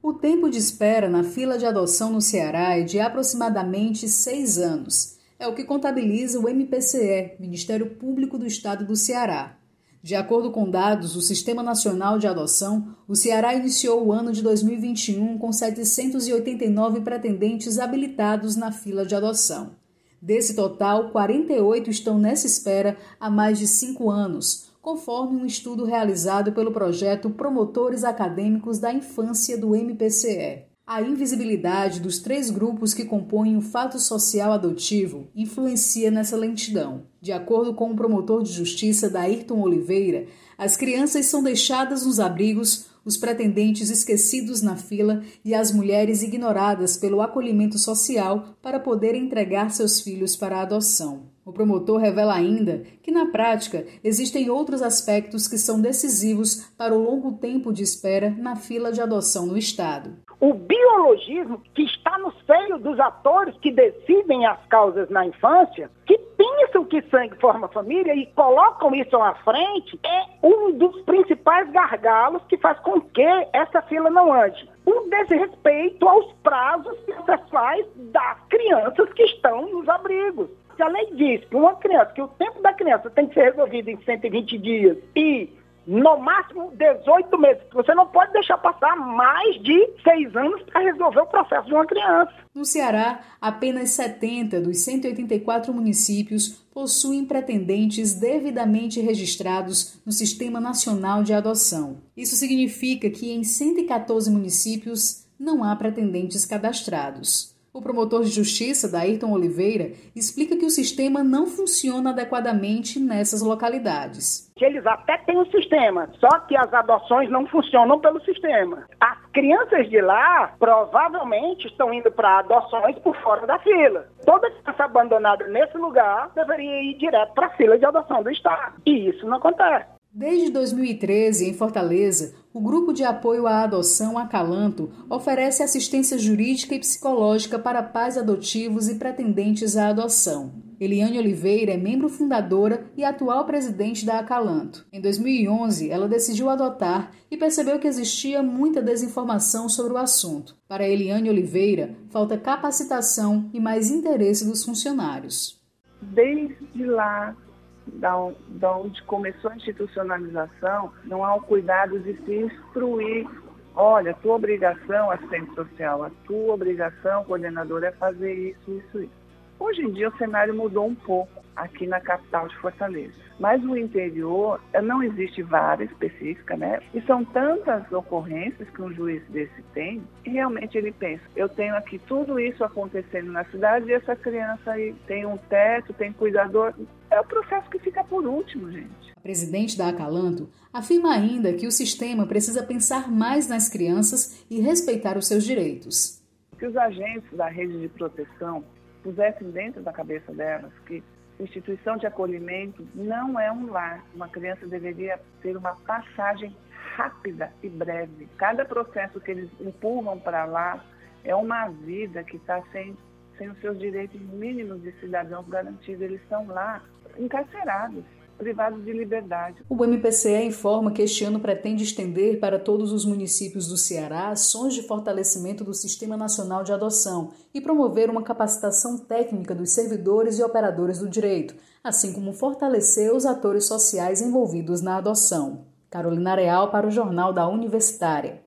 O tempo de espera na fila de adoção no Ceará é de aproximadamente 6 anos. É o que contabiliza o MPCE, Ministério Público do Estado do Ceará. De acordo com dados do Sistema Nacional de Adoção, o Ceará iniciou o ano de 2021 com 789 pretendentes habilitados na fila de adoção. Desse total, 48 estão nessa espera há mais de 5 anos, conforme um estudo realizado pelo projeto Promotores Acadêmicos da Infância do MPCE. A invisibilidade dos 3 grupos que compõem o fato social adotivo influencia nessa lentidão. De acordo com o promotor de justiça Dairton Oliveira, as crianças são deixadas nos abrigos, os pretendentes esquecidos na fila e as mulheres ignoradas pelo acolhimento social para poder entregar seus filhos para a adoção. O promotor revela ainda que, na prática, existem outros aspectos que são decisivos para o longo tempo de espera na fila de adoção no Estado. O biologismo que está no seio dos atores que decidem as causas na infância, que pensam que sangue forma família e colocam isso à frente, é um dos principais gargalos que faz com que essa fila não ande. O desrespeito aos prazos processuais das crianças que estão nos abrigos. Se a lei diz que o tempo da criança tem que ser resolvido em 120 dias e no máximo 18 meses, você não pode deixar passar mais de 6 anos para resolver o processo de uma criança. No Ceará, apenas 70 dos 184 municípios possuem pretendentes devidamente registrados no Sistema Nacional de Adoção. Isso significa que em 114 municípios não há pretendentes cadastrados. O promotor de justiça, Dairton Oliveira, explica que o sistema não funciona adequadamente nessas localidades. Eles até têm um sistema, só que as adoções não funcionam pelo sistema. As crianças de lá provavelmente estão indo para adoções por fora da fila. Toda criança abandonada nesse lugar deveria ir direto para a fila de adoção do Estado. E isso não acontece. Desde 2013, em Fortaleza, o Grupo de Apoio à Adoção Acalanto oferece assistência jurídica e psicológica para pais adotivos e pretendentes à adoção. Eliane Oliveira é membro fundadora e atual presidente da Acalanto. Em 2011, ela decidiu adotar e percebeu que existia muita desinformação sobre o assunto. Para Eliane Oliveira, falta capacitação e mais interesse dos funcionários. Desde lá, da onde começou a institucionalização, não há o cuidado de se instruir. Olha, a tua obrigação, assistente social, a tua obrigação, coordenador, é fazer isso, isso, isso. Hoje em dia o cenário mudou um pouco aqui na capital de Fortaleza. Mas no interior não existe vara específica, né? E são tantas ocorrências que um juiz desse tem, e realmente ele pensa, eu tenho aqui tudo isso acontecendo na cidade e essa criança aí tem um teto, tem cuidador. É o processo que fica por último, gente. A presidente da Acalanto afirma ainda que o sistema precisa pensar mais nas crianças e respeitar os seus direitos. Que os agentes da rede de proteção pusessem dentro da cabeça delas que instituição de acolhimento não é um lar. Uma criança deveria ter uma passagem rápida e breve. Cada processo que eles empurram para lá é uma vida que está sem os seus direitos mínimos de cidadãos garantidos. Eles estão lá encarcerados, privados de liberdade. O MPCE informa que este ano pretende estender para todos os municípios do Ceará ações de fortalecimento do Sistema Nacional de Adoção e promover uma capacitação técnica dos servidores e operadores do direito, assim como fortalecer os atores sociais envolvidos na adoção. Carolina Real para o Jornal da Universitária.